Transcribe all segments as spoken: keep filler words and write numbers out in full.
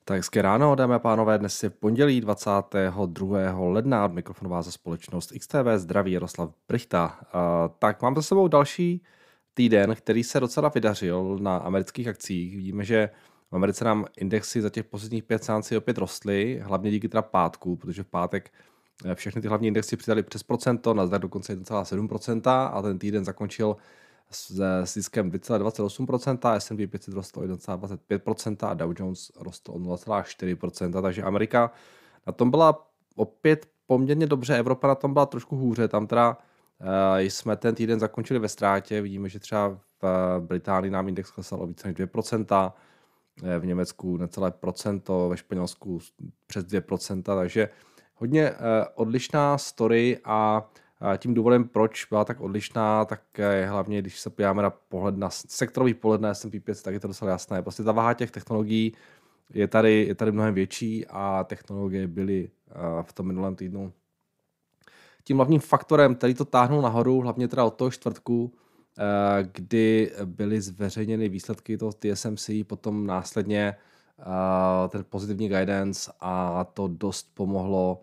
Tak hezké ráno, dámy a pánové, dnes je pondělí dvacátého druhého ledna, od mikrofonu vás za společnost X T V, zdraví Jaroslav Brychta. Uh, tak mám za sebou další týden, který se docela vydařil na amerických akcích. Vidíme, že v Americe nám indexy za těch posledních pět seancí opět rostly, hlavně díky teda pátku, protože v pátek všechny ty hlavní indexy přidali přes procento, Nasdaq dokonce jedna celá sedm procenta a ten týden zakončil s ziskem dvě celá dvacet osm procenta, S and P pět set rostl o jedna celá dvacet pět procenta a Dow Jones rostl o nula celá čtyři procenta, takže Amerika na tom byla opět poměrně dobře, Evropa na tom byla trošku hůře, tam teda uh, jsme ten týden zakončili ve ztrátě, vidíme, že třeba v Británii nám index klesal o více než dvě procenta, v Německu necelé procento, ve Španělsku přes dvě procenta, takže hodně uh, odlišná story a tím důvodem, proč byla tak odlišná, tak je hlavně, když se podíváme na pohled na sektorový pohled na S and P pět set, tak je to docela jasné. Prostě ta váha těch technologií je tady, je tady mnohem větší a technologie byly v tom minulém týdnu tím hlavním faktorem, který to táhnul nahoru, hlavně teda od toho čtvrtku, kdy byly zveřejněny výsledky toho T S M C, potom následně ten pozitivní guidance a to dost pomohlo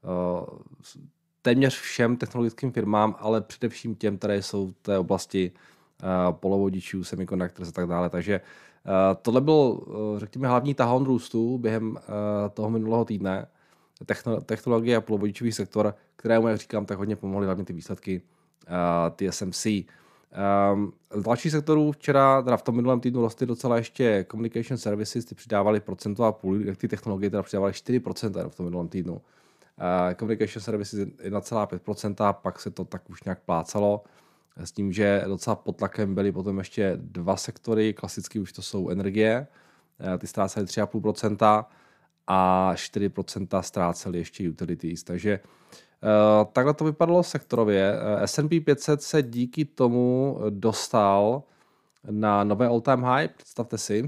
téměř všem technologickým firmám, ale především těm, které jsou v té oblasti uh, polovodičů, semiconductors a tak dále. Takže uh, tohle byl, uh, řekněme, hlavní tahoun růstu během uh, toho minulého týdne. Techno- technologie a polovodičový sektor, kterému, jak říkám, tak hodně pomohly hlavně ty výsledky uh, T S M C. Um, z dalších sektorů včera, teda v tom minulém týdnu rostly docela ještě Communication Services, ty přidávali procento a půl, jak ty technologie teda přidávaly čtyři procenta v tom minulém týdnu. Uh, Communication Services jedna celá pět procenta, pak se to tak už nějak plácalo, s tím, že docela pod tlakem byly potom ještě dva sektory, klasicky už to jsou energie, uh, ty ztrácely tři celá pět procenta a čtyři procenta ztrácely ještě utilities, takže uh, takhle to vypadalo sektorově. Uh, S and P pět set se díky tomu dostal na nové all-time high, představte si.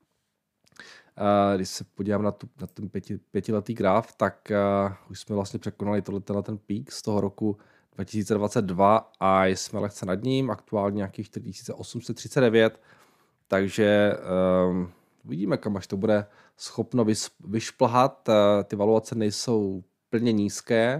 Uh, když se podívám na, tu, na ten pěti, pětiletý graf, tak uh, už jsme vlastně překonali tohle, tenhle ten peak z toho roku dva tisíce dvacet dva a jsme lehce nad ním, aktuálně nějakých čtyři tisíce osm set třicet devět, takže um, vidíme, kam až to bude schopno vys, vyšplhat. Uh, ty valuace nejsou plně nízké,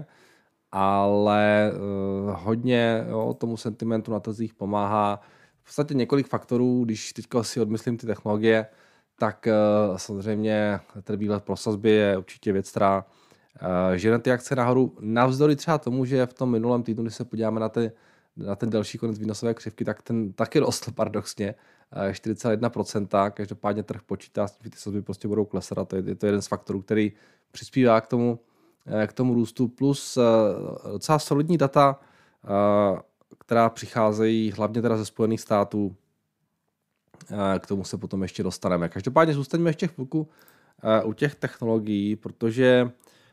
ale uh, hodně jo, tomu sentimentu na trzích pomáhá v podstatě několik faktorů, když teďka si odmyslím ty technologie, tak uh, samozřejmě ten výhled pro sazby je určitě věc, která uh, žene ty akce nahoru. Navzdory třeba tomu, že v tom minulém týdnu, když se podíváme na, ty, na ten delší konec výnosové křivky, tak ten taky rostl paradoxně uh, čtyři celá jedna procenta. Každopádně trh počítá, že ty sazby prostě budou klesat a to je, je to jeden z faktorů, který přispívá k tomu, uh, k tomu růstu. Plus uh, docela solidní data, uh, která přicházejí hlavně teda ze Spojených států. K tomu se potom ještě dostaneme. Každopádně zůstaňme ještě chvilku u těch technologií, protože,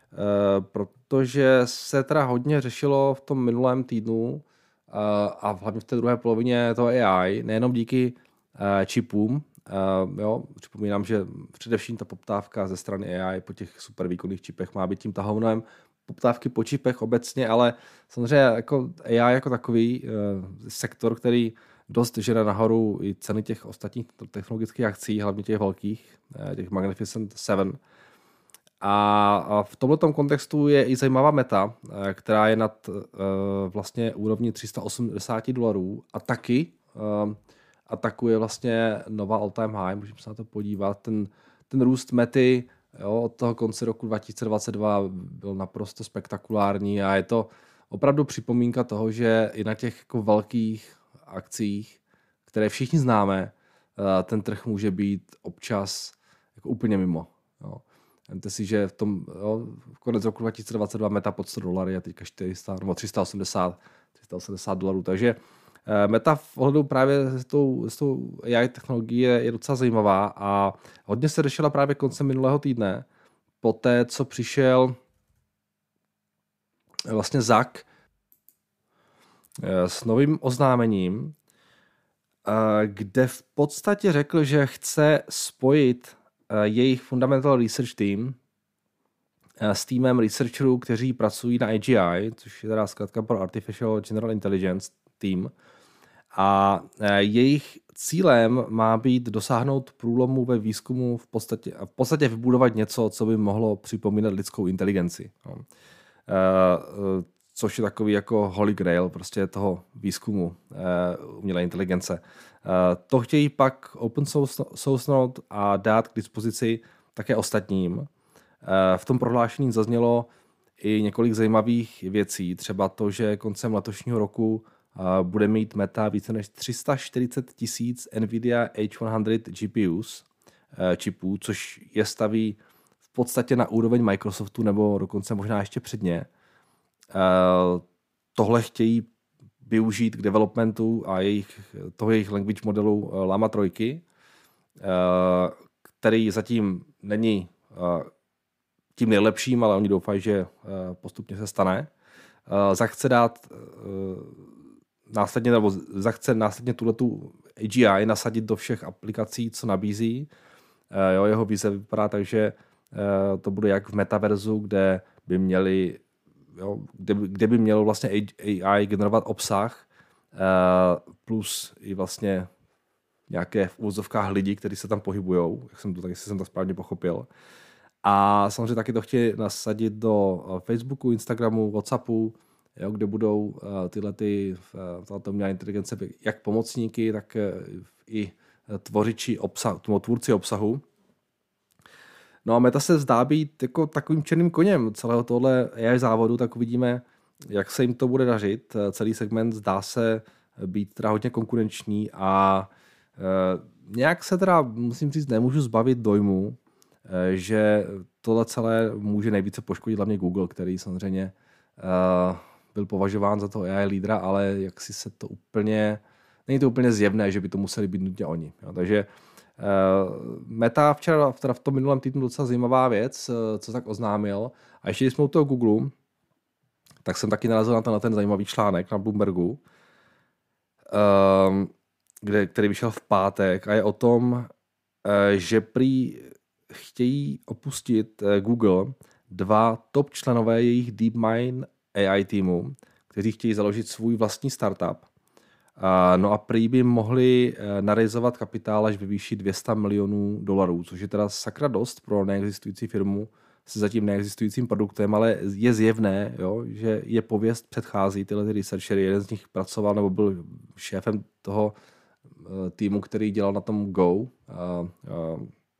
protože se teda hodně řešilo v tom minulém týdnu a hlavně v té druhé polovině toho A I, nejenom díky čipům. Jo, připomínám, že především ta poptávka ze strany A I po těch super výkonných čipech má být tím tahounem poptávky po čipech obecně, ale samozřejmě jako A I jako takový sektor, který dost žene nahoru i ceny těch ostatních technologických akcí, hlavně těch velkých, těch Magnificent Seven. A v tomto kontextu je i zajímavá Meta, která je nad vlastně úrovni tři sta osmdesát dolarů a taky atakuje vlastně nová all-time high, můžeme se na to podívat. Ten, ten růst Mety jo, od toho konce roku dva tisíce dvacet dva byl naprosto spektakulární a je to opravdu připomínka toho, že i na těch jako velkých akcích, které všichni známe, ten trh může být občas jako úplně mimo. Jo. Vemte si, že v tom jo, v konec roku dva tisíce dvacet dva Meta pod sto dolarů a teďka čtyři sta nebo tři sta osmdesát dolarů. Takže Meta v ohledu právě s tou, s tou A I technologií je, je docela zajímavá a hodně se řešila právě koncem minulého týdne, poté, co přišel vlastně Zak s novým oznámením, kde v podstatě řekl, že chce spojit jejich Fundamental Research Team s týmem researcherů, kteří pracují na A G I, což je teda zkrátka pro Artificial General Intelligence Team. A jejich cílem má být dosáhnout průlomu ve výzkumu v podstatě, v podstatě vybudovat něco, co by mohlo připomínat lidskou inteligenci. No. Uh, což je takový jako holy grail prostě toho výzkumu uh, umělé inteligence. Uh, to chtějí pak open sourcenout a dát k dispozici také ostatním. Uh, v tom prohlášení zaznělo i několik zajímavých věcí, třeba to, že koncem letošního roku uh, bude mít Meta více než tři sta čtyřicet tisíc NVIDIA H sto G P Us uh, čipů, což je staví v podstatě na úroveň Microsoftu nebo dokonce možná ještě předně. Uh, tohle chtějí využít k developmentu a jejich, toho jejich language modelu uh, Llama tři, uh, který zatím není uh, tím nejlepším, ale oni doufají, že uh, postupně se stane. Uh, zachce dát uh, následně, nebo zachce následně tuhletu A G I nasadit do všech aplikací, co nabízí. Uh, jo, jeho vize vypadá tak, že uh, to bude jak v metaverzu, kde by měli Jo, kde, by, kde by mělo vlastně A I generovat obsah uh, plus i vlastně nějaké v úvozovkách lidi, kteří se tam pohybujou, jak jsem to tak, jestli jsem to správně pochopil. A samozřejmě taky to chtějí nasadit do Facebooku, Instagramu, WhatsAppu, jo, kde budou uh, tyhle ty uh, umělé inteligence jak pomocníky, tak uh, i tvořiči obsahu, tvůrci obsahu. No a Meta se zdá být jako takovým černým koněm celého tohle A I závodu, tak uvidíme, jak se jim to bude dařit. Celý segment zdá se být teda hodně konkurenční a e, nějak se teda, musím říct, nemůžu zbavit dojmu, e, že tohle celé může nejvíce poškodit hlavně Google, který samozřejmě e, byl považován za toho A I lídra, ale jak si se to úplně, není to úplně zjevné, že by to museli být nutně oni. Jo, takže Uh, Meta včera v tom minulém týdnu docela zajímavá věc, uh, co tak oznámil. A ještě když jsme u toho Google, tak jsem taky narazil na ten, na ten zajímavý článek na Bloombergu, um, kde, který vyšel v pátek a je o tom, uh, že prý chtějí opustit uh, Google dva top členové jejich DeepMind A I týmu, kteří chtějí založit svůj vlastní startup. Uh, no a prý by mohli uh, narizovat kapitál až ve výši dvě stě milionů dolarů, což je teda sakra dost pro neexistující firmu se zatím neexistujícím produktem, ale je zjevné, jo, že je pověst předchází tyhle ty researchery. Jeden z nich pracoval nebo byl šéfem toho uh, týmu, který dělal na tom Go, uh, uh,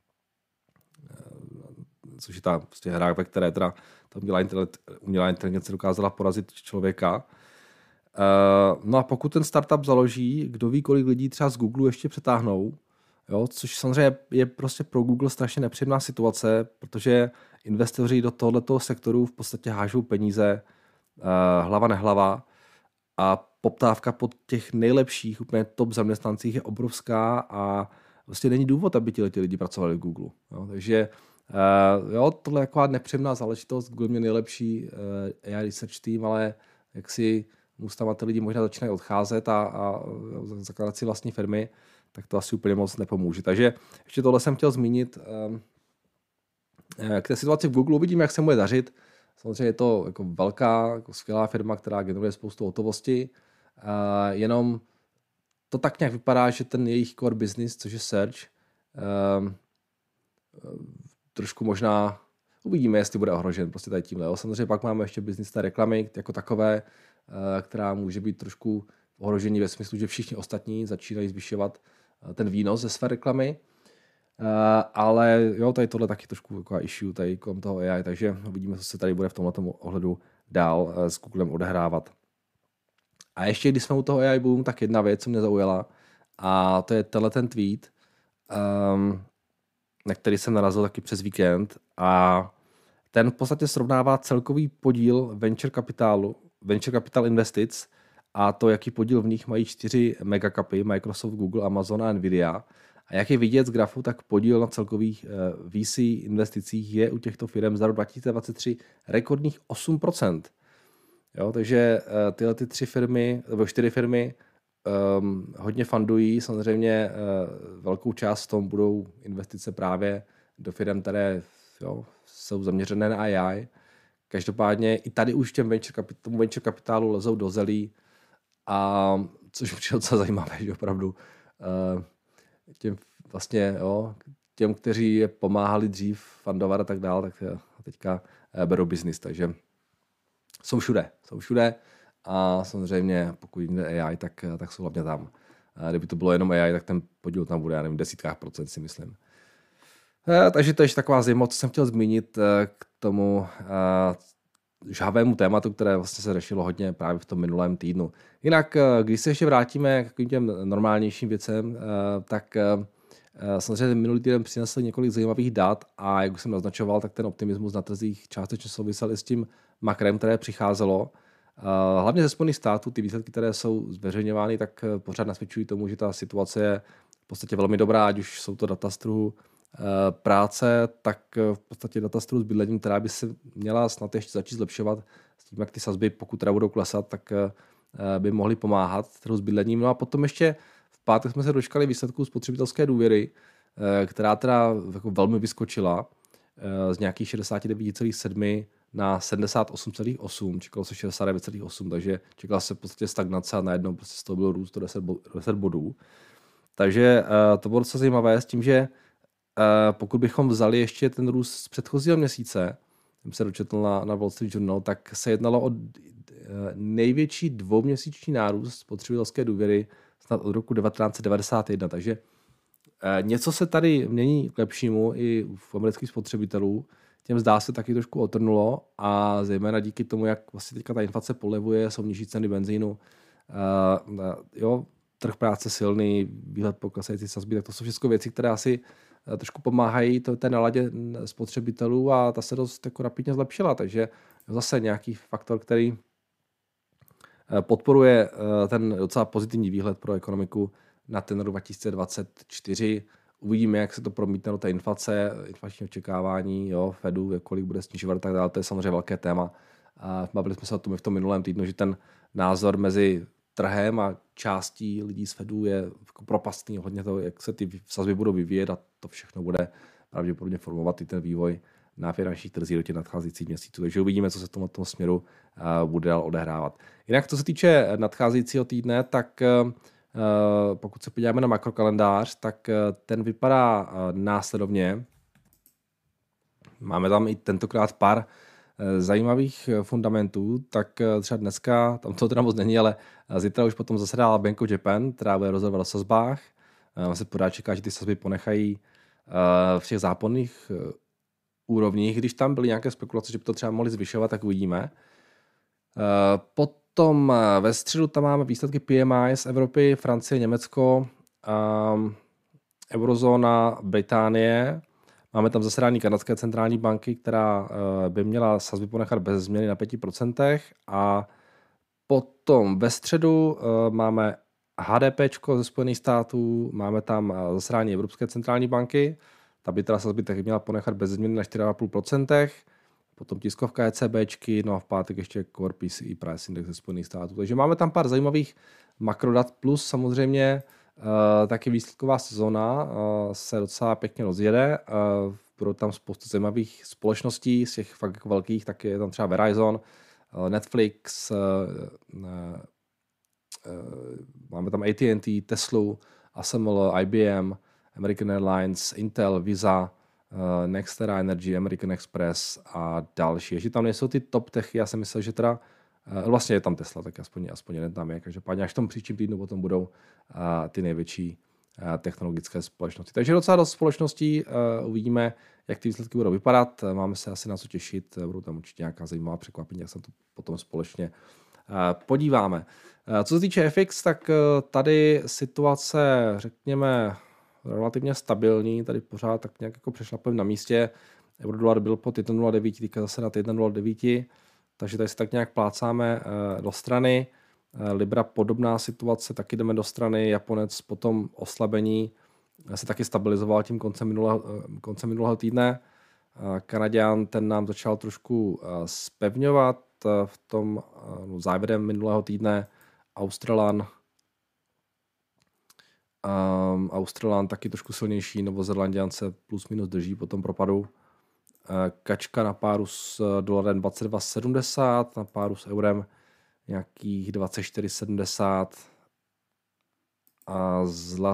což je ta prostě hra, ve které teda ta umělá inteligence dokázala porazit člověka. Uh, no a pokud ten startup založí, kdo ví, kolik lidí třeba z Google ještě přetáhnou, jo, což samozřejmě je prostě pro Google strašně nepříjemná situace, protože investoři do tohoto sektoru v podstatě hážou peníze uh, hlava nehlava a poptávka po těch nejlepších, úplně top zaměstnancích je obrovská a vlastně není důvod, aby ti lidi pracovali v Google. Jo, takže uh, jo, tohle je taková nepříjemná záležitost. Google mě nejlepší uh, A I research team, ale jak si tam ty lidi možná začínají odcházet a, a zakládat si vlastní firmy, tak to asi úplně moc nepomůže. Takže ještě tohle jsem chtěl zmínit. K té situaci v Google uvidíme, jak se mu bude dařit. Samozřejmě je to jako velká, jako skvělá firma, která generuje spoustu hotovosti. Jenom to tak nějak vypadá, že ten jejich core business, což je search, trošku možná uvidíme, jestli bude ohrožen prostě tady tímhle. Samozřejmě pak máme ještě business té reklamy jako takové, která může být trošku ohrožení ve smyslu, že všichni ostatní začínají zvyšovat ten výnos ze své reklamy. Ale jo, tady tohle taky trošku jako issue tady kolem toho A I, takže uvidíme, co se tady bude v tomto ohledu dál s Googlem odehrávat. A ještě, když jsme u toho A I boom, tak jedna věc, co mě zaujala, a to je tenhle ten tweet, um, na který jsem narazil taky přes víkend, a ten v podstatě srovnává celkový podíl venture kapitálu, venture capital investic a to, jaký podíl v nich mají čtyři megacapy, Microsoft, Google, Amazon a Nvidia. A jak je vidět z grafu, tak podíl na celkových V C investicích je u těchto firm za rok dva tisíce dvacet tři rekordních osm procent. Jo, takže tyhle ty tři firmy, nebo čtyři firmy um, hodně fundují. Samozřejmě uh, velkou část v tom budou investice právě do firm, které jo, jsou zaměřené na A I. Každopádně i tady už těm venture kapit- tomu venture kapitálu lezou do zelí, a což je docela zajímavé, že opravdu těm vlastně, jo, těm, kteří je pomáhali dřív fundovat a tak dále, tak teďka berou biznis, takže jsou všude, jsou všude a samozřejmě pokud jde A I, tak, tak jsou hlavně tam. Kdyby to bylo jenom A I, tak ten podíl tam bude, já nevím, desítkách procent si myslím. Takže to je ještě taková zajímavost, co jsem chtěl zmínit k tomu žhavému tématu, které vlastně se řešilo hodně právě v tom minulém týdnu. Jinak, když se ještě vrátíme k těm normálnějším věcem, tak samozřejmě minulý týden přinesl několik zajímavých dat a jak už jsem naznačoval, tak ten optimismus na trzích částečně souvisel i s tím makrem, které přicházelo. Hlavně ze Spojených států, ty výsledky, které jsou zveřejňovány, tak pořád nasvědčují tomu, že ta situace je v podstatě velmi dobrá, ať už jsou to data z trhu práce, tak v podstatě data z trhu s bydlením, která by se měla snad ještě začít zlepšovat s tím, jak ty sazby, pokud teda budou klesat, tak by mohly pomáhat trhu s bydlením. No a potom ještě v pátek jsme se dočkali výsledků spotřebitelské důvěry, která teda jako velmi vyskočila z nějakých šedesát devět celá sedm na sedmdesát osm celá osm, čekalo se šedesát devět celá osm, takže čekala se v podstatě stagnace a najednou prostě z toho bylo růst do deset bodů. Takže to bylo docela zajímavé s tím, že pokud bychom vzali ještě ten růst z předchozího měsíce, jsem se dočetl na, na Wall Street Journal, tak se jednalo o největší dvouměsíční nárůst spotřebitelské důvěry snad od roku devatenáct set devadesát jedna. Takže něco se tady mění k lepšímu i v amerických spotřebitelů. Těm zdá se taky trošku otrnulo a zejména díky tomu, jak vlastně teďka ta inflace polevuje, jsou nižší ceny benzínu, uh, jo, trh práce silný, výhled po klesající sazby, tak to jsou všechno věci, které asi trošku pomáhají to, té naladě spotřebitelů a ta se dost jako rapidně zlepšila, takže zase nějaký faktor, který podporuje ten docela pozitivní výhled pro ekonomiku na ten rok dva tisíce dvacet čtyři. Uvidíme, jak se to promítne do té inflace, inflační očekávání, jo, Fedu, kolik bude snižovat a tak dále, to je samozřejmě velké téma. A bavili jsme se o tom i v tom minulém týdnu, že ten názor mezi trhem a částí lidí z Fedu je jako propastný hodně to, jak se ty sazby budou vyvíjet a to všechno bude pravděpodobně formovat i ten vývoj na finančních trzích do těch nadcházejících měsíců. Takže uvidíme, co se v tomto směru uh, bude dál odehrávat. Jinak, co se týče nadcházejícího týdne, tak uh, pokud se podíváme na makrokalendář, tak uh, ten vypadá uh, následovně. Máme tam i tentokrát pár zajímavých fundamentů, tak třeba dneska, tam to teda moc není, ale zítra už potom zasedá Bank of Japan, která bude rozhodovat o sazbách. Man se pořád čeká, že ty sazby ponechají v těch záporných úrovních. Když tam byly nějaké spekulace, že by to třeba mohli zvyšovat, tak uvidíme. Potom ve středu tam máme výsledky P M I z Evropy, Francie, Německo, eurozóna, Británie. Máme tam zasedání kanadské centrální banky, která by měla sazby ponechat bez změny na pět procent. A potom ve středu máme H D P ze Spojených států, máme tam zasedání Evropské centrální banky, ta by teda sazby tak měla ponechat bez změny na čtyři celá pět procenta. Potom tiskovka ECBčky, no a v pátek ještě Core P C E Price Index ze Spojených států. Takže máme tam pár zajímavých makrodat, plus samozřejmě Uh, taky výsledková sezona uh, se docela pěkně rozjede. Uh, budou tam spoustu zajímavých společností, z těch fakt jako velkých, tak je tam třeba Verizon, uh, Netflix, uh, uh, uh, máme tam A T and T, Teslu, A S M L, I B M, American Airlines, Intel, Visa, uh, Nextera Energy, American Express a další. Ještě tam nejsou ty top techy, já jsem myslel, že teda vlastně je tam Tesla, tak aspoň, aspoň jeden tam je. Každopádně až v tom příštím týdnu potom budou uh, ty největší uh, technologické společnosti. Takže docela dost společností. Uh, uvidíme, jak ty výsledky budou vypadat. Uh, máme se asi na co těšit. Uh, budou tam určitě nějaká zajímavá překvapení, jak se to potom společně uh, podíváme. Uh, co se týče F X, tak uh, tady situace, řekněme, relativně stabilní. Tady pořád tak nějak jako přešlapujeme na místě. Eurodolar byl pod jedna nula devět, teďka zase na jedna nula devět. Takže tady se tak nějak plácáme do strany. Libra podobná situace, taky jdeme do strany. Japonec potom oslabení se taky stabilizoval tím koncem minulého, koncem minulého týdne. Kanaďan, ten nám začal trošku zpevňovat v tom no, závěrem minulého týdne. Australan, um, Australan taky trošku silnější, Novozélanďan se plus minus drží po tom propadu. Kačka na páru s dolarem dvacet dva sedmdesát, na páru s eurem nějakých dvacet čtyři sedmdesát a zlato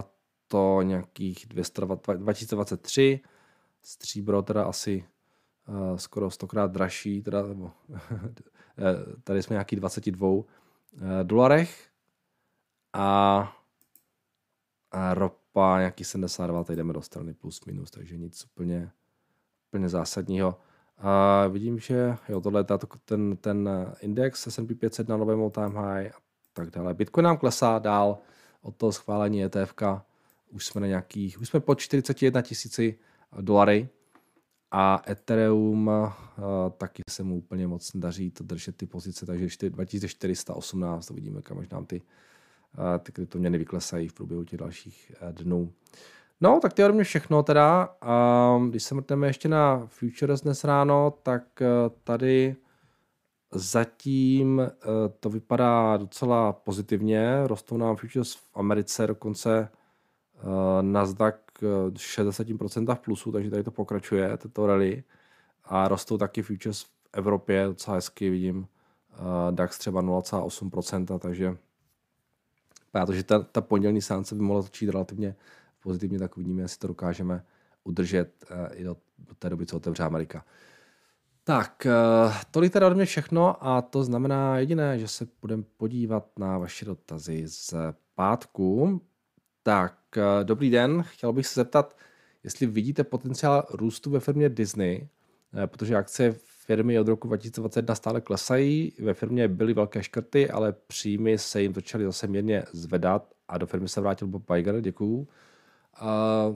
to nějakých dva tisíce dvacet tři, stříbro teda asi uh, skoro stokrát dražší, teda, nebo, tady jsme nějaký dvacet dva uh, dolarech a, a ropa nějaký sedmdesát dva, tady jdeme do strany plus minus, takže nic úplně, úplně zásadního. A vidím, že jo, tohle je tato, ten, ten index S and P pět set na novém all-time high a tak dále. Bitcoin nám klesá dál od toho schválení E T F ka. Už jsme na nějakých, už jsme pod čtyřicet jedna tisíci dolary a Ethereum uh, taky se mu úplně moc nedaří to držet ty pozice, takže dva tisíce čtyři sta osmnáct, to vidíme, kam možná ty, uh, ty kryptoměny vyklesají v průběhu těch dalších uh, dnů. No, tak to je ode mě všechno teda. Um, když se mrtneme ještě na futures dnes ráno, tak uh, tady zatím uh, to vypadá docela pozitivně. Rostou nám futures v Americe, dokonce uh, Nasdaq uh, šedesát procent v plusu, takže tady to pokračuje, toto rally. A rostou taky futures v Evropě, docela hezky vidím. Uh, DAX třeba nula celá osm procenta, takže protože ta, ta pondělní sánce by mohla začít relativně pozitivně, tak uvidíme, jestli to dokážeme udržet uh, i do, do té doby, co otevře Amerika. Tak, uh, tolik teda ode mě všechno a to znamená jediné, že se budeme podívat na vaše dotazy z pátku. Tak, uh, dobrý den, chtěl bych se zeptat, jestli vidíte potenciál růstu ve firmě Disney, uh, protože akcie firmy od roku dva tisíce dvacet jedna stále klesají, ve firmě byly velké škrty, ale příjmy se jim začaly zase mírně zvedat a do firmy se vrátil Bob Iger, děkuju. Uh,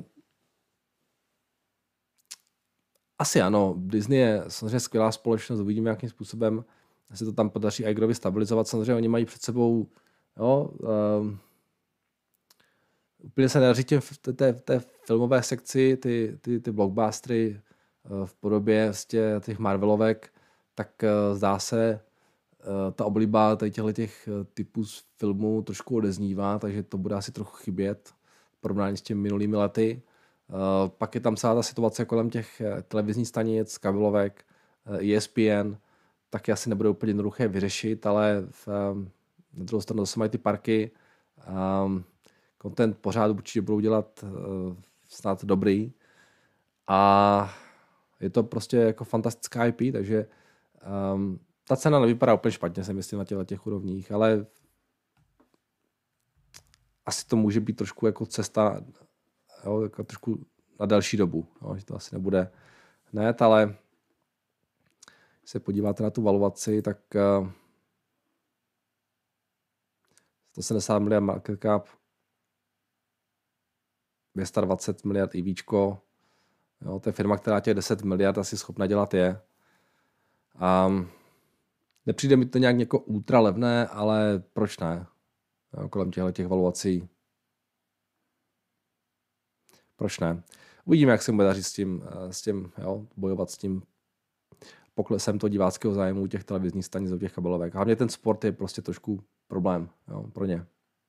asi ano, Disney je samozřejmě skvělá společnost, uvidíme, jakým způsobem se to tam podaří Igerovi stabilizovat. Samozřejmě oni mají před sebou, jo, uh, úplně se nedaří těm v té, té filmové sekci, ty, ty, ty blockbustery uh, v podobě vlastně těch Marvelovek, tak uh, zdá se, uh, ta obliba těchto těch typů z filmů trošku odeznívá, takže to bude asi trochu chybět porovnání s těmi minulými lety. Uh, pak je tam celá ta situace kolem těch televizních stanic, kabelovek, uh, E S P N, taky asi nebude úplně jednoduché vyřešit, ale v, um, na druhou stranu zase mají ty parky. Um, content pořád určitě budou dělat uh, snad dobrý. A je to prostě jako fantastická I P, takže um, ta cena nevypadá úplně špatně, si myslím, na těchto těch úrovních, ale asi to může být trošku jako cesta, jo, jako trošku na delší dobu. Jo, že to asi nebude hned, ale když se podíváte na tu valuaci, tak uh, sto sedmdesát miliard market cap, dvě stě dvacet miliard IVčko, jo, to je firma, která těch deset miliard asi schopna dělat je. Um, nepřijde mi to nějak jako ultra levné, ale proč ne? Jo, kolem těchto těch valuací. Proč ne? Uvidíme, jak se bude dařit s tím, s tím jo, bojovat s tím poklesem toho diváckého zájmu u těch televizních stanic, u těch kabelovek. Hlavně ten sport je prostě trošku problém, jo, pro ně.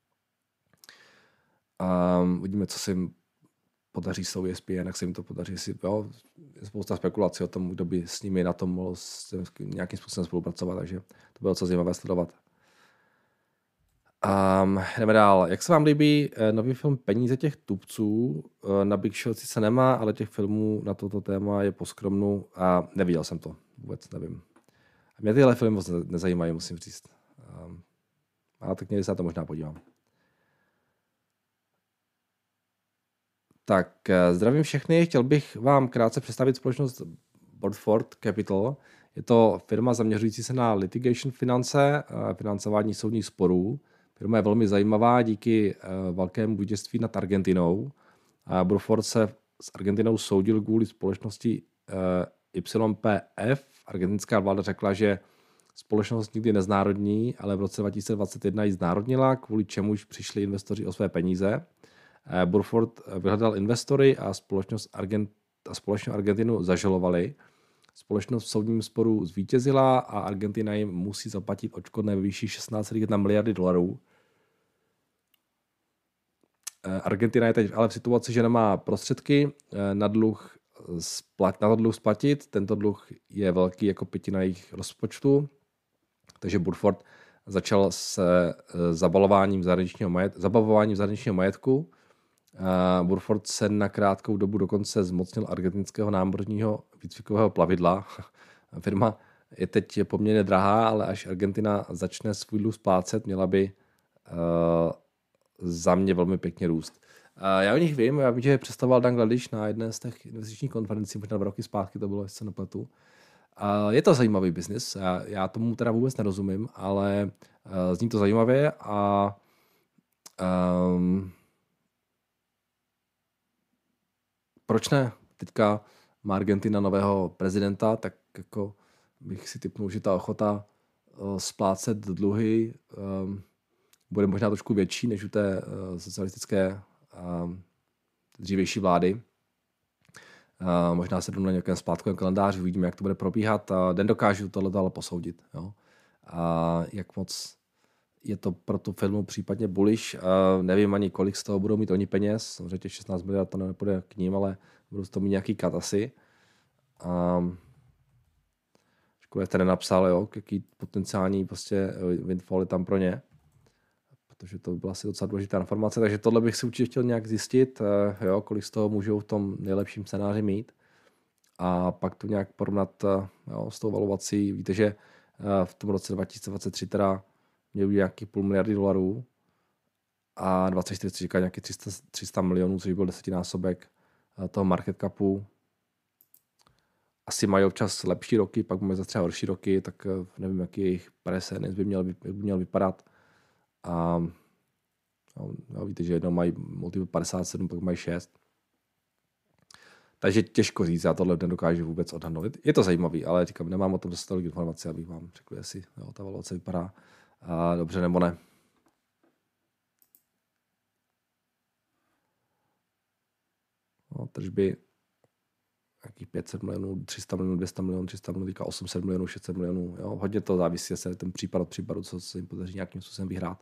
Um, uvidíme, co se jim podaří s tou E S P N, jak se jim to podaří. Si, jo, je spousta spekulací o tom, kdo by s nimi na tom mohl s, nějakým způsobem spolupracovat, takže to bylo co zajímavé sledovat. Um, jdeme dál. Jak se vám líbí eh, nový film Peníze těch tupců? Eh, na Big Short sice nemá, ale těch filmů na toto téma je poskromnu a neviděl jsem to. Vůbec nevím. A mě tyhle filmy moc nezajímají, musím říct. Um, ale tak někdy se na to možná podívám. Tak, eh, zdravím všechny. Chtěl bych vám krátce představit společnost Burford Capital. Je to firma zaměřující se na litigation finance, eh, financování soudních sporů. Firma je velmi zajímavá díky uh, velkému vítězství nad Argentinou. Uh, Burford se s Argentinou soudil kvůli společnosti uh, Y P F. Argentinská vláda řekla, že společnost nikdy neznárodní, ale v roce dva tisíce dvacet jedna ji znárodnila, kvůli čemuž přišli investoři o své peníze. Uh, Burford vyhledal investory a společnost Argent, a společnou Argentinu zažalovali. Společnost v soudním sporu zvítězila a Argentina jim musí zaplatit odškodné ve výši šestnáct celá jedna miliardy dolarů. Argentina je teď ale v situaci, že nemá prostředky na dluh, splat, na to dluh splatit. Tento dluh je velký jako pětina jejich rozpočtu. Takže Burford začal se zabalováním zahraničního majetku, zabavováním zahraničního majetku Uh, Burford se na krátkou dobu dokonce zmocnil argentinského námořního výcvikového plavidla. Firma je teď poměrně drahá, ale až Argentina začne svůj dluh splácet, měla by uh, za mě velmi pěkně růst. Uh, já o nich vím, já vím, že je představoval Dan Gladiš na jedné z těch investičních konferencí, možná dva roky zpátky to bylo, jestli se nepletu. Uh, je to zajímavý biznis, já, já tomu teda vůbec nerozumím, ale uh, zní to zajímavě a um, proč ne? Teďka má Argentina nového prezidenta, tak jako bych si tipnul, že ta ochota uh, splácet dluhy um, bude možná trošku větší než u té uh, socialistické um, dřívější vlády. Uh, možná se domluvíme na nějakém splátkovém kalendáři, uvidíme, jak to bude probíhat. Uh, den dokážu tohle ale posoudit. Jo? A jak moc je to pro tu firmu případně bullish. Uh, nevím ani, kolik z toho budou mít oni peněz. Samozřejmě těch šestnáct miliard to nepůjde k ním, ale budou z toho mít nějaký cut asi. Um, škoda jste nenapsal, jo, jaký potenciální prostě windfall je tam pro ně. Protože to byla asi docela důležitá informace, takže tohle bych si určitě chtěl nějak zjistit, uh, jo, kolik z toho můžou v tom nejlepším scénáři mít. A pak to nějak porovnat uh, jo, s tou valuací. Víte, že uh, v tom roce dva tisíce dvacet tři teda měl nějaký půl miliardy dolarů a dvacet čtyři říká nějaký tři sta, tři sta milionů, což byl desetinásobek toho market capu. Asi mají občas lepší roky, pak mají zase třeba horší roky, tak nevím, jaký jejich press by měl, by měl vypadat. A no, víte, že jednou mají multiple padesát sedm, pak mají šest. Takže těžko říct, já tohle nedokážu vůbec odhadnout. Je to zajímavý, ale říkám, nemám o tom dostatek informací, abych vám řekl, jestli jo, ta valuace vypadá a dobře nebo ne. No, tržby nějakých pět set milionů, tři sta milionů, dvě stě milionů, tři sta milionů, týká osm set milionů, šest set milionů. Jo. Hodně to závisí se ten případ od případu, co se jim podaří nějakým způsobem vyhrát.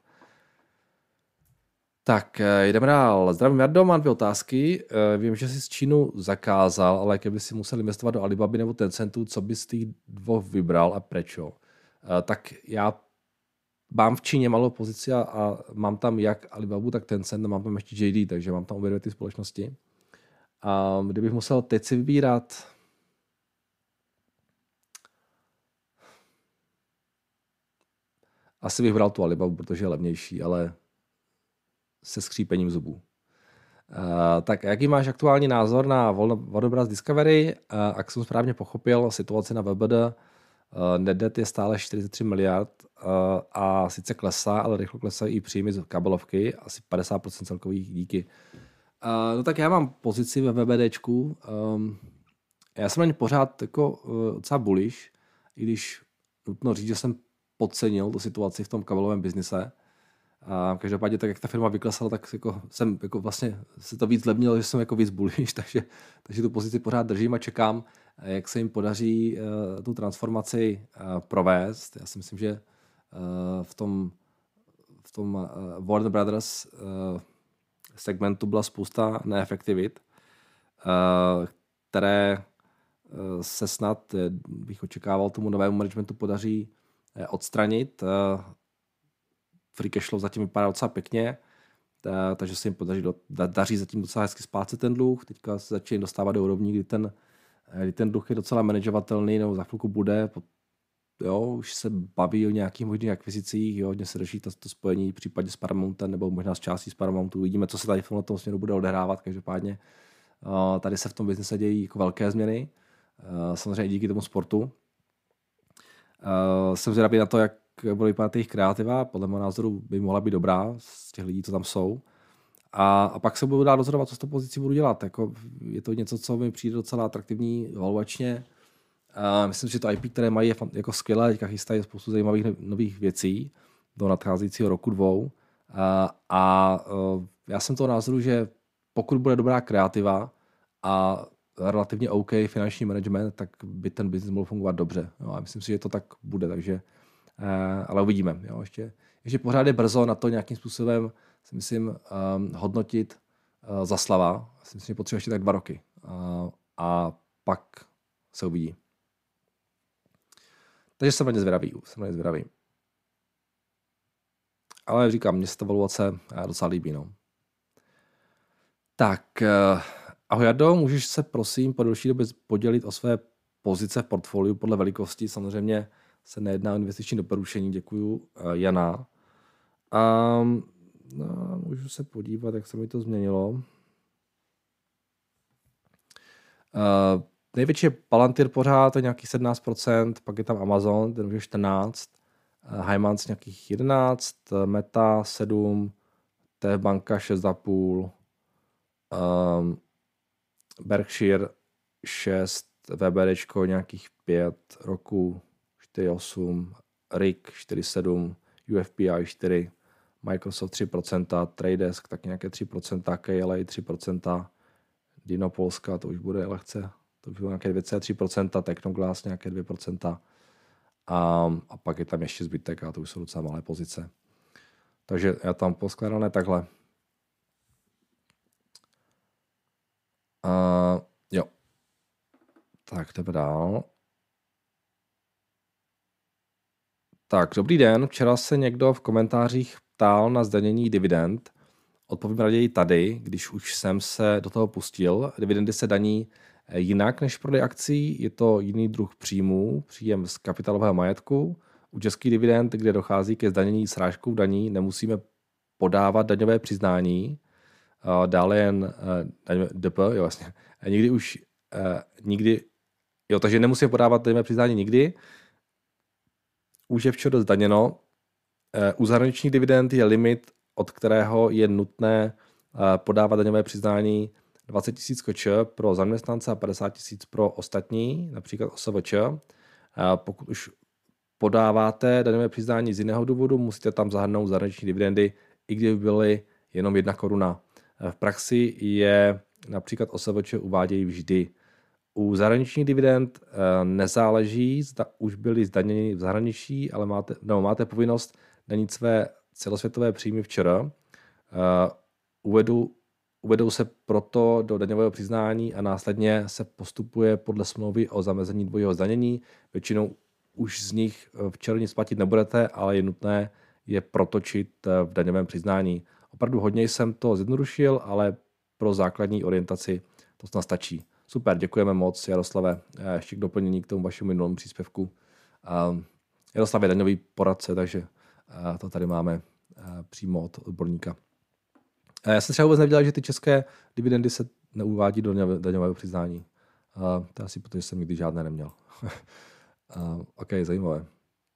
Tak, jdeme dál. Zdravím, Jardo, mám dvě otázky. Vím, že jsi z Čínu zakázal, ale kdyby si musel investovat do Alibaby nebo Tencentu, co bys z těch dvou vybral a prečo? Tak já mám v Číně malou pozici a, a mám tam jak Alibabu, tak Tencent, a mám tam ještě J D, takže mám tam obě dvě ty společnosti. A kdybych musel teď si vybírat, asi bych bral tu Alibabu, protože je levnější, ale se skřípením zubů. Uh, tak jaký máš aktuální názor na Warner Discovery? Uh, jak jsem správně pochopil situaci na V B D, uh, net debt je stále čtyřicet tři miliard uh, a sice klesá, ale rychle klesají i příjmy z kabelovky, asi padesát procent celkových díky. Uh, no tak já mám pozici ve VBDčku. Um, já jsem na ně pořád jako uh, docela bullish, i když nutno říct, že jsem podcenil tu situaci v tom kabelovém biznise. A každopádně tak, jak ta firma vyklesala, tak jako jsem jako vlastně se to víc zlevnilo, že jsem jako víc bullish, takže, takže tu pozici pořád držím a čekám, jak se jim podaří uh, tu transformaci uh, provést. Já si myslím, že uh, v tom, v tom uh, Warner Brothers uh, segmentu byla spousta neefektivit, uh, které uh, se snad, bych očekával, tomu novému managementu podaří uh, odstranit. Uh, Free cash flow zatím vypadá docela pěkně, ta, takže se jim podaří, do, da, daří zatím docela hezky splácet ten dluh. Teďka se začíná dostávat do úrovní, kdy ten, kdy ten dluh je docela manažovatelný, nebo za chvilku bude. Jo, už se baví o nějakých možných akvizicích, jo, hodně se řeší to, to spojení v případě s Paramountem, nebo možná s částí s Paramountu. Uvidíme, co se tady v tomto směru bude odehrávat. Každopádně uh, tady se v tom biznise dějí jako velké změny. Uh, samozřejmě díky tomu sportu. Uh, jsem zvědavý na to, jak bude vypadat jejich kreativa, podle mého názoru by mohla být dobrá z těch lidí, co tam jsou. A, a pak se budu dát rozhodovat, co s tou pozicí budu dělat. Jako, je to něco, co mi přijde docela atraktivní valuačně. Uh, myslím, že to I P, které mají, je jako skvělé, teďka chystají spoustu zajímavých nových věcí do nadcházejícího roku dvou. Uh, a uh, já jsem toho názoru, že pokud bude dobrá kreativa a relativně OK finanční management, tak by ten business mohl fungovat dobře. Jo, a myslím si, že to tak bude, takže Uh, ale uvidíme. Jo. Ještě, ještě pořád je brzo na to nějakým způsobem, si myslím, um, hodnotit uh, za slava. Si myslím, že potřebuje ještě tak dva roky. Uh, a pak se uvidí. Takže jsem na ně zvědavý. Jsem na ně zvědavý. Ale říkám, mně se ta valuace docela líbí. No. Tak, eh, ahoj Jardo, můžeš se prosím po delší době podělit o své pozice v portfoliu podle velikosti? Samozřejmě se nejedná o investiční doporučení, děkuju. Eh, Jana. Um, no, můžu se podívat, jak se mi to změnilo. Uh, největší je Palantir pořád, to je nějakých sedmnáct procent, pak je tam Amazon, ten už je čtrnáct procent, uh, Hymans nějakých jedenáct procent, Meta sedm procent, T banka šest celá pět procent, um, Berkshire šest, VBDčko nějakých pět, Roku čtyři celá osm, R I C čtyři celá sedm, U F P I čtyři, Microsoft tři procenta, Tradesk tak nějaké tři procenta, K L A tři procenta, Dino Polska to už bude lehce, to už bylo nějaké dvě celá tři procenta, Technoglass nějaké dvě procenta a, a pak je tam ještě zbytek a to už jsou docela malé pozice. Takže já tam poskládané takhle. Uh, jo. Tak, jdeme dál. Tak, dobrý den. Včera se někdo v komentářích ptal na zdanění dividend. Odpovím raději tady, když už jsem se do toho pustil. Dividendy se daní jinak než prodej akcí. Je to jiný druh příjmů, příjem z kapitálového majetku. U českých dividend, kde dochází ke zdanění srážkou daní, nemusíme podávat daňové přiznání. Dále jen D P, jo vlastně. Nikdy už, nikdy, jo, takže nemusíme podávat daňové přiznání nikdy. Už je včera zdaněno. U zahraničních dividend je limit, od kterého je nutné podávat daňové přiznání dvacet tisíc koč pro zaměstnance a padesát tisíc pro ostatní, například O S V Č. Pokud už podáváte daňové přiznání z jiného důvodu, musíte tam zahrnout zahraniční dividendy, i kdyby byly jenom jedna koruna. V praxi je například O S V Č uvádějí vždy. U zahraničních dividend nezáleží, zda už byly zdaněny v zahraničí, ale máte, no, máte povinnost danit své celosvětové příjmy včera. Uh, uvedu, uvedou se proto do daňového přiznání a následně se postupuje podle smlouvy o zamezení dvojího zdanění. Většinou už z nich včera nic platit nebudete, ale je nutné je protočit v daňovém přiznání. Opravdu hodně jsem to zjednodušil, ale pro základní orientaci to snad stačí. Super, děkujeme moc, Jaroslave. Ještě k doplnění k tomu vašemu minulému příspěvku. Jaroslav je daňový poradce, takže to tady máme přímo od odborníka. Já jsem třeba vůbec nevěděl, že ty české dividendy se neuvádí do daňového přiznání. To je asi protože jsem nikdy žádné neměl. Ok, zajímavé.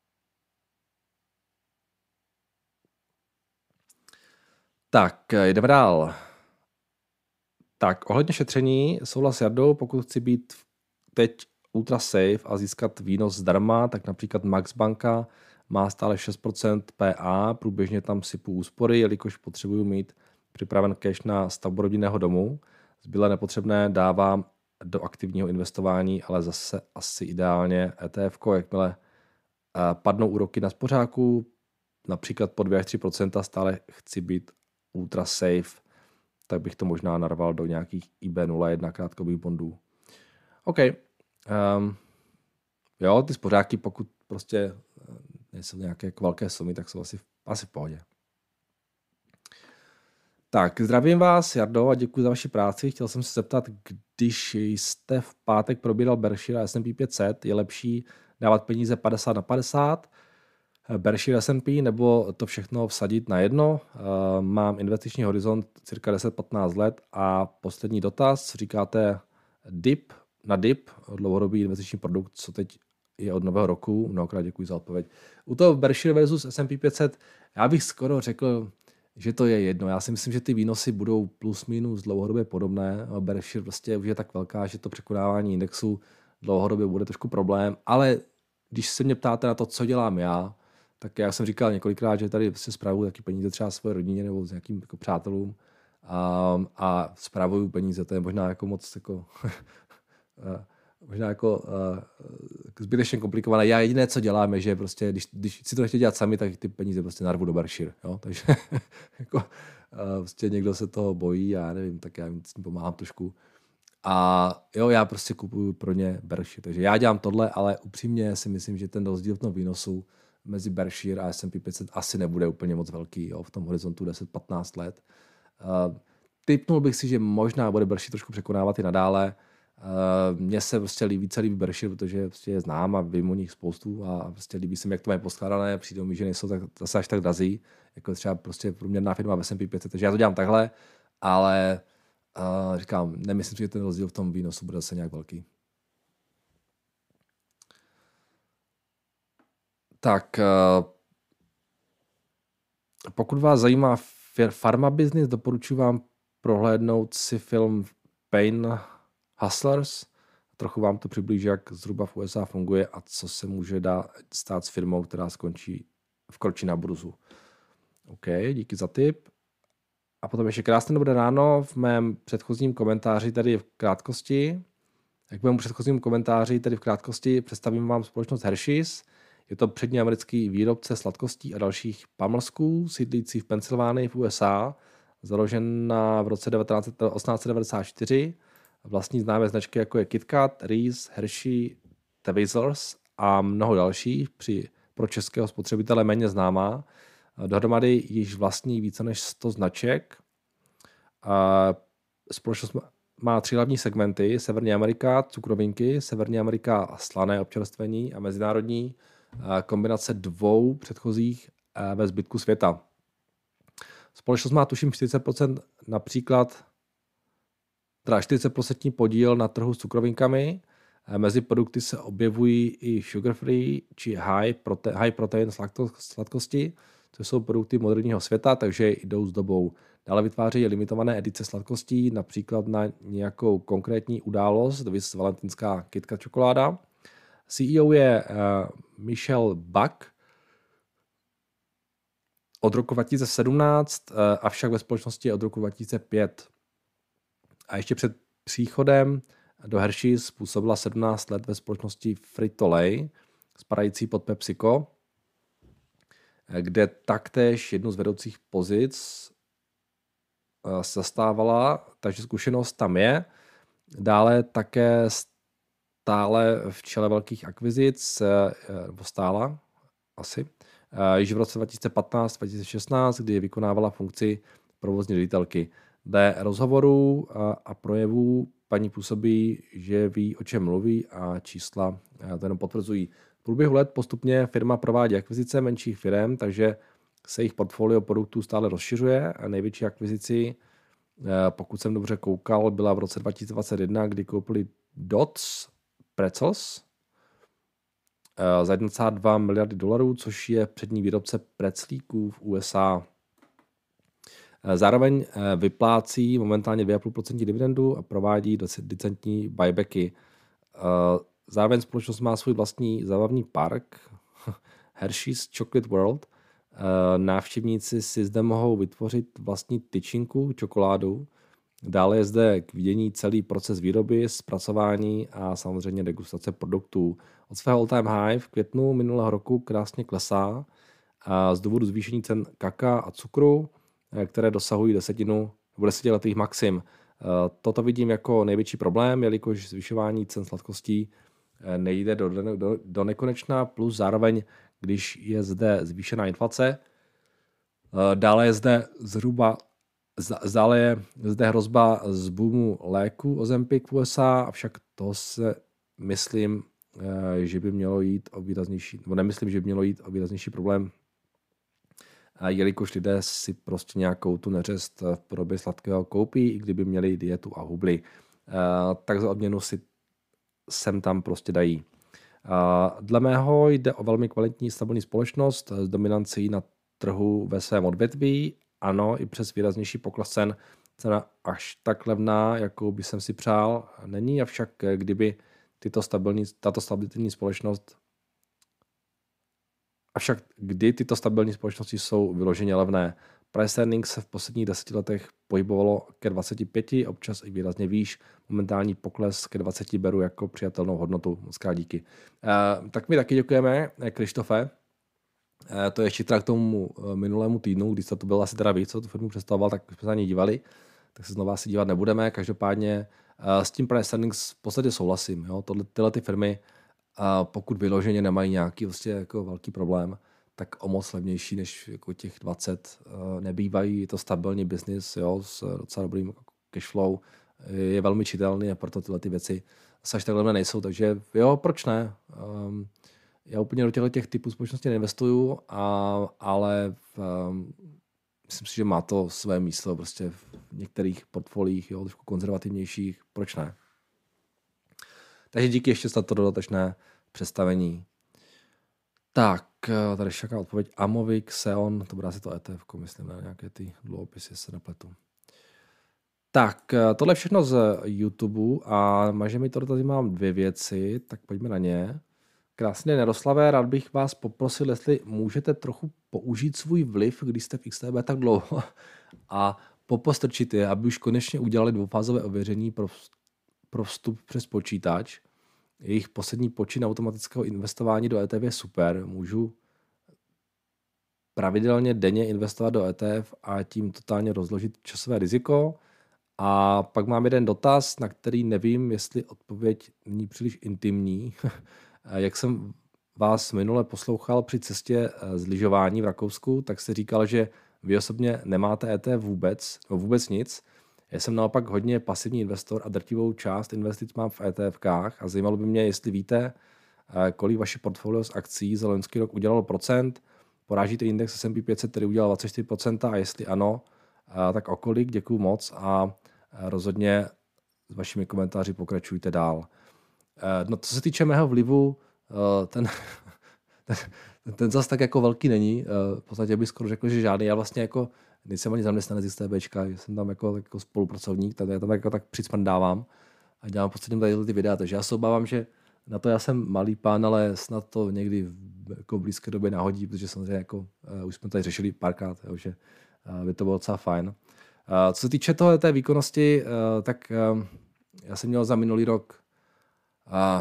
Tak, jdeme dál. Tak, ohledně šetření, souhlas s Jardou, pokud chci být teď ultra safe a získat výnos zdarma, tak například Max Banka má stále šest procent P A, průběžně tam sypu úspory, jelikož potřebuju mít připraven cash na stavbu rodinného domu. Zbylé nepotřebné dávám do aktivního investování, ale zase asi ideálně E T F ko, jakmile padnou úroky na spořáku, například po dvě až tři procenta, stále chci být ultra safe, tak bych to možná narval do nějakých I B nula jedna krátkových bondů. OK. Um, jo, ty spořáky, pokud prostě nejsou nějaké velké sumy, tak jsou asi, asi v pohodě. Tak, zdravím vás, Jardo, a děkuji za vaši práci. Chtěl jsem se zeptat, když jste v pátek probíral Berkshire a S and P pět set, je lepší dávat peníze padesát na padesát, Berkshire S and P, nebo to všechno vsadit na jedno? Mám investiční horizont cirka deset patnáct let a poslední dotaz, říkáte D I P, na D I P, dlouhodobý investiční produkt, co teď je od nového roku. Mnohokrát děkuji za odpověď. U toho Berkshire versus S and P pět set, já bych skoro řekl, že to je jedno. Já si myslím, že ty výnosy budou plus minus dlouhodobě podobné. Berkshire prostě už je tak velká, že to překonávání indexu dlouhodobě bude trošku problém, ale když se mě ptáte na to, co dělám já, tak já jsem říkal několikrát, že tady prostě spravuju taky peníze třeba své rodině nebo s nějakým jako přátelům a, a spravuju peníze. To je možná jako moc jako možná jako uh, zbytečně komplikované. Já jediné, co dělám, je, že prostě, když, když si to nechtějí dělat sami, tak ty peníze prostě narvu do Berkshire. Jo? Takže jako, uh, prostě někdo se toho bojí, já nevím, tak já jim s tím pomáhám trošku. A jo, já prostě kupuju pro ně Berkshire. Takže já dělám tohle, ale upřímně si myslím, že ten rozdíl v tom výnosu mezi Berkshire a S and P pět set asi nebude úplně moc velký, jo? V tom horizontu deset patnáct let. Uh, Tipnul bych si, že možná bude Berkshire trošku překonávat i nadále. Uh, Mně se prostě líbí, více líbí Berkshire, protože prostě je znám a vím o nich spoustu a prostě líbí se mi, jak to mají poskládané, přijde mi, že nejsou tak, zase až tak drazí, jako třeba prostě průměrná firma v S and P pět set, takže já to dělám takhle, ale uh, říkám, nemyslím si, že ten rozdíl v tom výnosu bude zase nějak velký. Tak, uh, pokud vás zajímá pharma business, doporučuji vám prohlédnout si film Pain Hustlers. Trochu vám to přiblíží, jak zhruba v U S A funguje a co se může dát stát s firmou, která skončí, vkročí na burzu. OK, díky za tip. A potom ještě krásné dobré ráno v mém předchozím komentáři tady v krátkosti. Jak v mém předchozím komentáři tady v krátkosti představím vám společnost Hershey's. Je to přední americký výrobce sladkostí a dalších pamlsků, sídlící v Pensylvánii v U S A, založena v roce osmnáct set devadesát čtyři. Vlastní známé značky jako je KitKat, Reese, Hershey, Twizzlers a mnoho dalších, při, pro českého spotřebitele méně známá. Dohromady již vlastní více než sto značek. Společnost má tři hlavní segmenty: Severní Amerika, cukrovinky, Severní Amerika slané občerstvení a mezinárodní kombinace dvou předchozích ve zbytku světa. Společnost má tuším čtyřicet procent například teda čtyřicet procent podíl na trhu s cukrovinkami. Mezi produkty se objevují i sugar free či high, prote- high protein sladkosti, což jsou produkty moderního světa, takže jdou s dobou. Dále vytváří limitované edice sladkostí, například na nějakou konkrétní událost, viz valentinská KitKat čokoláda. C E O je uh, Michelle Buck od roku dva tisíce sedmnáct, uh, avšak ve společnosti od roku dva tisíce pět. A ještě před příchodem do Hershey's působila sedmnáct let ve společnosti Frito-Lay, spadající pod PepsiCo, kde taktéž jednu z vedoucích pozic zastávala, takže zkušenost tam je. Dále také stále v čele velkých akvizic, nebo stála asi, již v roce dva tisíce patnáct dva tisíce šestnáct, kdy vykonávala funkci provozní ředitelky. Dle rozhovorů a projevů paní působí, že ví, o čem mluví a čísla to jenom potvrzují. V průběhu let postupně firma provádí akvizice menších firm, takže se jejich portfolio produktů stále rozšiřuje a největší akvizici, pokud jsem dobře koukal, byla v roce dva tisíce dvacet jedna, kdy koupili Dots Pretzels za jedna celá dva miliardy dolarů, což je přední výrobce preclíků v U S A. Zároveň vyplácí momentálně dvě celá pět procenta dividendu a provádí decentní buybacky. Zároveň společnost má svůj vlastní zábavní park Hershey's Chocolate World. Návštěvníci si zde mohou vytvořit vlastní tyčinku, čokoládu. Dále je zde k vidění celý proces výroby, zpracování a samozřejmě degustace produktů. Od svého all-time high v květnu minulého roku krásně klesá a z důvodu zvýšení cen kakaa a cukru, které dosahují desetinu nebo desetiletých maxim. Toto vidím jako největší problém, jelikož zvyšování cen sladkostí nejde do, do, do nekonečna, plus zároveň, když je zde zvýšená inflace. Dále je zde zhruba Dále je zde hrozba z boomu léku Ozempic v U S A, avšak to se myslím, že by mělo jít o výraznější, nebo nemyslím, že by mělo jít o výraznější problém, jelikož lidé si prostě nějakou tu neřest v podobě sladkého koupí, i kdyby měli dietu a hubly. Tak za odměnu si sem tam prostě dají. Dle mého jde o velmi kvalitní stabilní společnost s dominancí na trhu ve svém odvětví. Ano, i přes výraznější pokles cen, cena až tak levná, jakou by jsem si přál, není, avšak kdyby tyto stabilní, tato stabilní společnost avšak kdy tyto stabilní společnosti jsou vyloženě levné. Price earnings se v posledních deseti letech pohybovalo ke dvacet pět, občas i výrazně výš. Momentální pokles ke dvaceti beru jako přijatelnou hodnotu. Moc krát díky. Uh, tak my taky děkujeme, Krištofe. Uh, to je ještě teda k tomu minulému týdnu, když to bylo asi teda víc, co tu firmu představoval, tak jsme se na ní dívali. Tak se znovu asi dívat nebudeme. Každopádně uh, s tím price earnings v podstatě souhlasím. Jo? Tohle, tyhle ty firmy, uh, pokud vyloženě nemají nějaký vlastně jako velký problém, tak o moc levnější než jako těch dvacet. Nebývají, je to stabilní business, jo, s docela dobrým cashflow, je velmi čitelný a proto tyhle ty věci až takhle nejsou, takže jo, proč ne? Um, já úplně do těchto těch typů společnosti neinvestuju, a, ale v, um, myslím si, že má to své místo prostě v některých portfoliích, jo, trošku konzervativnějších, proč ne? Takže díky ještě za to dodatečné představení. Tak, tady šaká odpověď Amovik, Seon, to bude asi to E T F, myslím, na nějaké ty dluhopisy, se nepletu. Tak, tohle je všechno z YouTube a maže mi to dotazy, mám dvě věci, tak pojďme na ně. Krásně Neroslavé, rád bych vás poprosil, jestli můžete trochu použít svůj vliv, když jste v X T B tak dlouho a popostrčit je, aby už konečně udělali dvoufázové ověření pro, pro vstup přes počítač. Jejich poslední počin automatického investování do E T F je super. Můžu pravidelně denně investovat do E T F a tím totálně rozložit časové riziko. A pak mám jeden dotaz, na který nevím, jestli odpověď není příliš intimní. Jak jsem vás minule poslouchal při cestě z lyžování v Rakousku, tak jste říkal, že vy osobně nemáte E T F vůbec, no vůbec nic. Já jsem naopak hodně pasivní investor a drtivou část investic mám v ETFkách a zajímalo by mě, jestli víte, kolik vaše portfolio z akcí za loňský rok udělalo procent, porážíte index S and P pět set, který udělal dvacet čtyři procent a jestli ano, tak o kolik, děkuju moc a rozhodně s vašimi komentáři pokračujte dál. No, co se týče mého vlivu, ten, ten, ten zas tak jako velký není. V podstatě bych skoro řekl, že žádný. Já vlastně jako nejsem ani zaměstnanec z XTBčka, jsem tam jako, jako spolupracovník, tak já tam jako tak přicmrdávám a dělám v podstatě tady ty videa, takže já se obávám, že na to já jsem malý pán, ale snad to někdy v jako blízké době nahodí, protože samozřejmě jako, uh, už jsme tady řešili párkrát, jo, že uh, by to bylo docela fajn. Uh, co se týče toho, té výkonnosti, uh, tak uh, já jsem měl za minulý rok uh,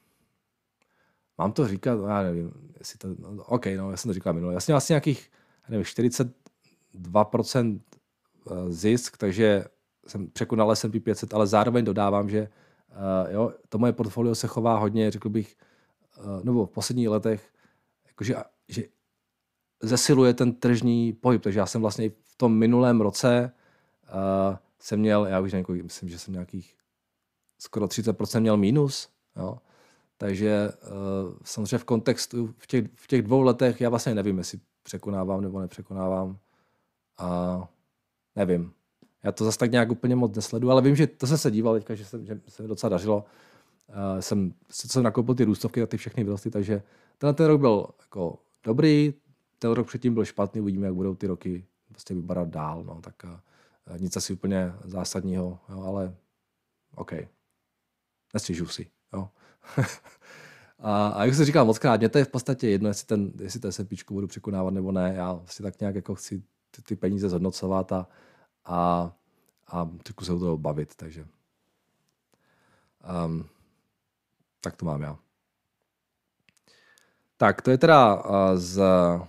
mám to říkat, já nevím, jestli to, no, OK, no, já jsem to říkal minule, já jsem měl asi nějakých, nevím, čtyřicet dva procent zisk, takže jsem překonal S and P pět set, ale zároveň dodávám, že uh, jo, to moje portfolio se chová hodně, řekl bych, uh, nebo v posledních letech, jakože, že zesiluje ten tržní pohyb, takže já jsem vlastně v tom minulém roce uh, jsem měl, já už nevím, myslím, že jsem nějakých skoro třicet procent měl mínus, jo. Takže uh, samozřejmě v kontextu, v těch, v těch dvou letech, já vlastně nevím, jestli překonávám nebo nepřekonávám. A nevím. Já to zase tak nějak úplně moc nesleduju, ale vím, že to jsem se díval teďka, že, jsem, že se mi docela dařilo. Uh, jsem, co jsem nakoupil ty růstovky, tak ty všechny vyrostly, takže tenhle ten rok byl jako dobrý, ten rok předtím byl špatný, uvidíme, jak budou ty roky prostě vypadat dál, no, tak uh, nic asi úplně zásadního, jo, ale OK. Nestěžuji si, jo. A, a jak jsem říkal mockrát, mě to je v podstatě jedno, jestli ten, jestli ten S and P budu překonávat nebo ne. Já si tak nějak jako chci ty, ty peníze zhodnocovat a, a, a trošku se o toho bavit. Takže um, tak to mám já. Tak, to je teda uh, z uh,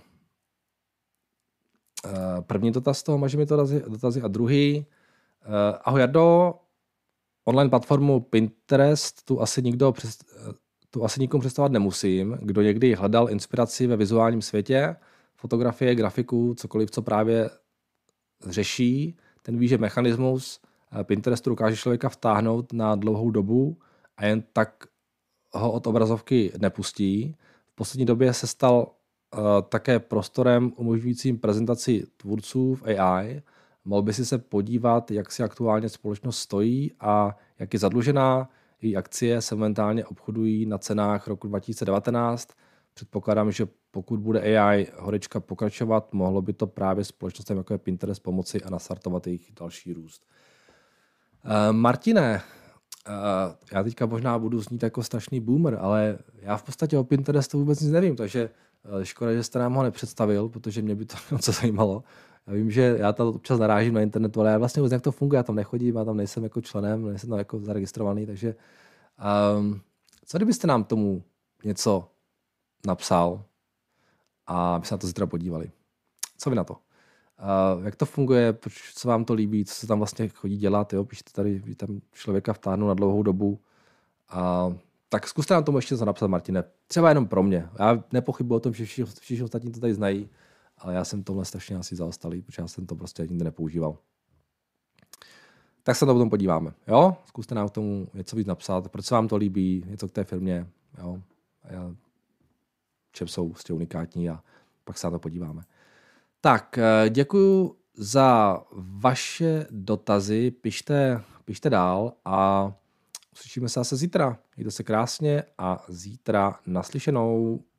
první dotaz toho, máš mi to dotazy, dotazy a druhý. Uh, ahoj Jardo, online platformu Pinterest tu asi nikdo přes, tu asi nikomu představovat nemusím. Kdo někdy hledal inspiraci ve vizuálním světě, fotografie, grafiku, cokoliv, co právě řeší, ten ví, že mechanismus Pinterestu dokáže člověka vtáhnout na dlouhou dobu a jen tak ho od obrazovky nepustí. V poslední době se stal uh, také prostorem umožňujícím prezentaci tvůrců v A I. Mohl by si se podívat, jak si aktuálně společnost stojí a jak je zadlužená. Její akcie se momentálně obchodují na cenách roku dva tisíce devatenáct. Předpokládám, že pokud bude A I horečka pokračovat, mohlo by to právě společnostem jako je Pinterest pomoci a nastartovat jejich další růst. Uh, Martine, uh, já teďka možná budu znít jako strašný boomer, ale já v podstatě o Pinterestu vůbec nic nevím, takže uh, škoda, že jste nám ho nepředstavil, protože mě by to moc zajímalo. Já vím, že já tam občas narážím na internetu, ale já vlastně vůbec jak to funguje, já tam nechodím, já tam nejsem jako členem, nejsem tam jako zaregistrovaný, takže um, co kdybyste nám tomu něco napsal a my se na to zítra podívali. Co vy na to? Uh, jak to funguje, proč, co vám to líbí, co se tam vlastně chodí dělat, jo? Píšte tady, tam člověka vtáhnu na dlouhou dobu a Tak zkuste nám tomu ještě něco napsat, Martine. Třeba jenom pro mě. Já nepochybuji o tom, že všichni, všichni ostatní to tady znají, ale já jsem tohle strašně asi zaostalý, protože já jsem to prostě nikdy nepoužíval. Tak se na to potom podíváme. Jo? Zkuste nám k tomu něco víc napsat, proč se vám to líbí, něco k té firmě, jo? A čem jsou prostě unikátní a pak se na to podíváme. Tak, děkuju za vaše dotazy, pište, pište dál a uslyšíme se zase zítra. Mějte se krásně a zítra naslyšenou.